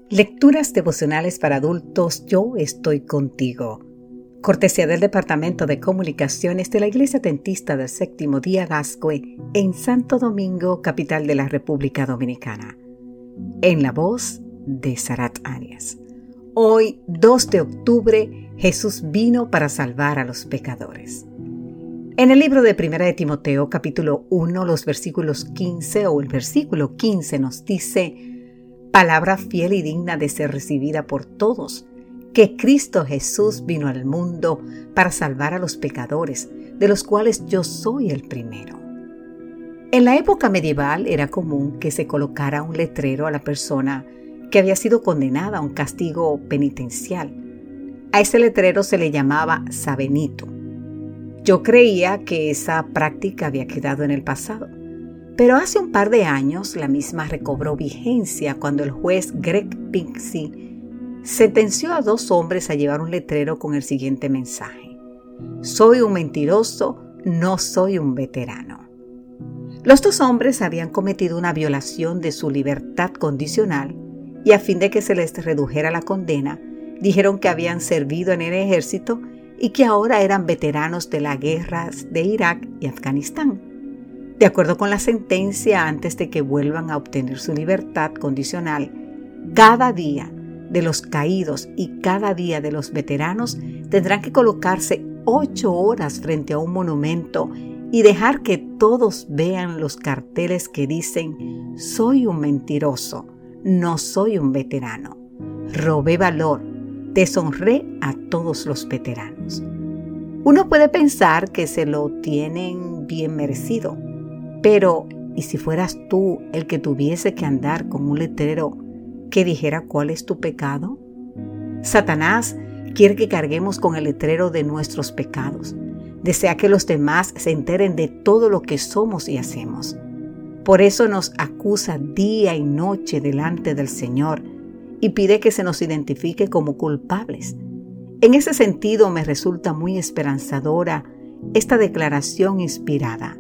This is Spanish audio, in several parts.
Lecturas devocionales para adultos. Yo estoy contigo. Cortesía del Departamento de Comunicaciones de la Iglesia Adventista del Séptimo Día Gascue en Santo Domingo, capital de la República Dominicana. En la voz de Sarat Arias. Hoy, 2 de octubre, Jesús vino para salvar a los pecadores. En el libro de 1 de Timoteo, capítulo 1, los versículos 15 o el versículo 15 nos dice: palabra fiel y digna de ser recibida por todos, que Cristo Jesús vino al mundo para salvar a los pecadores, de los cuales yo soy el primero. En la época medieval era común que se colocara un letrero a la persona que había sido condenada a un castigo penitencial. A ese letrero se le llamaba sabenito. Yo creía que esa práctica había quedado en el pasado. Pero hace un par de años la misma recobró vigencia cuando el juez Greg Pinksy sentenció a 2 hombres a llevar un letrero con el siguiente mensaje: soy un mentiroso, no soy un veterano. Los 2 hombres habían cometido una violación de su libertad condicional y a fin de que se les redujera la condena, dijeron que habían servido en el ejército y que ahora eran veteranos de las guerras de Irak y Afganistán. De acuerdo con la sentencia, antes de que vuelvan a obtener su libertad condicional, cada día de los caídos y cada día de los veteranos tendrán que colocarse 8 horas frente a un monumento y dejar que todos vean los carteles que dicen: soy un mentiroso, no soy un veterano. Robé valor, deshonré a todos los veteranos. Uno puede pensar que se lo tienen bien merecido. Pero, ¿y si fueras tú el que tuviese que andar con un letrero que dijera cuál es tu pecado? Satanás quiere que carguemos con el letrero de nuestros pecados. Desea que los demás se enteren de todo lo que somos y hacemos. Por eso nos acusa día y noche delante del Señor y pide que se nos identifique como culpables. En ese sentido, me resulta muy esperanzadora esta declaración inspirada.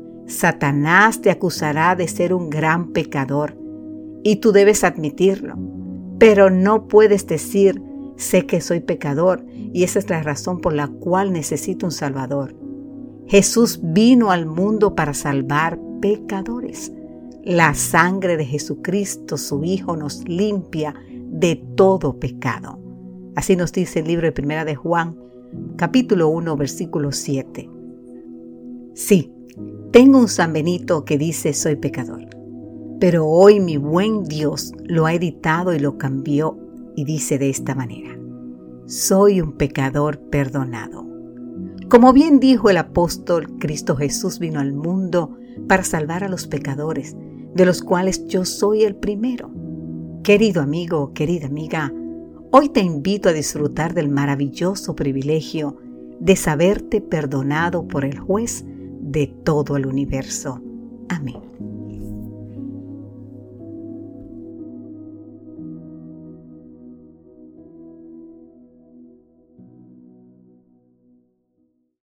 Satanás te acusará de ser un gran pecador y tú debes admitirlo, pero no puedes decir: sé que soy pecador y esa es la razón por la cual necesito un Salvador. Jesús vino al mundo para salvar pecadores. La sangre de Jesucristo, su Hijo, nos limpia de todo pecado. Así nos dice el libro de 1 de Juan, capítulo 1, versículo 7. Sí, tengo un San Benito que dice: soy pecador. Pero hoy mi buen Dios lo ha editado y lo cambió y dice de esta manera: soy un pecador perdonado. Como bien dijo el apóstol, Cristo Jesús vino al mundo para salvar a los pecadores, de los cuales yo soy el primero. Querido amigo, querida amiga, hoy te invito a disfrutar del maravilloso privilegio de saberte perdonado por el juez de todo el universo. Amén.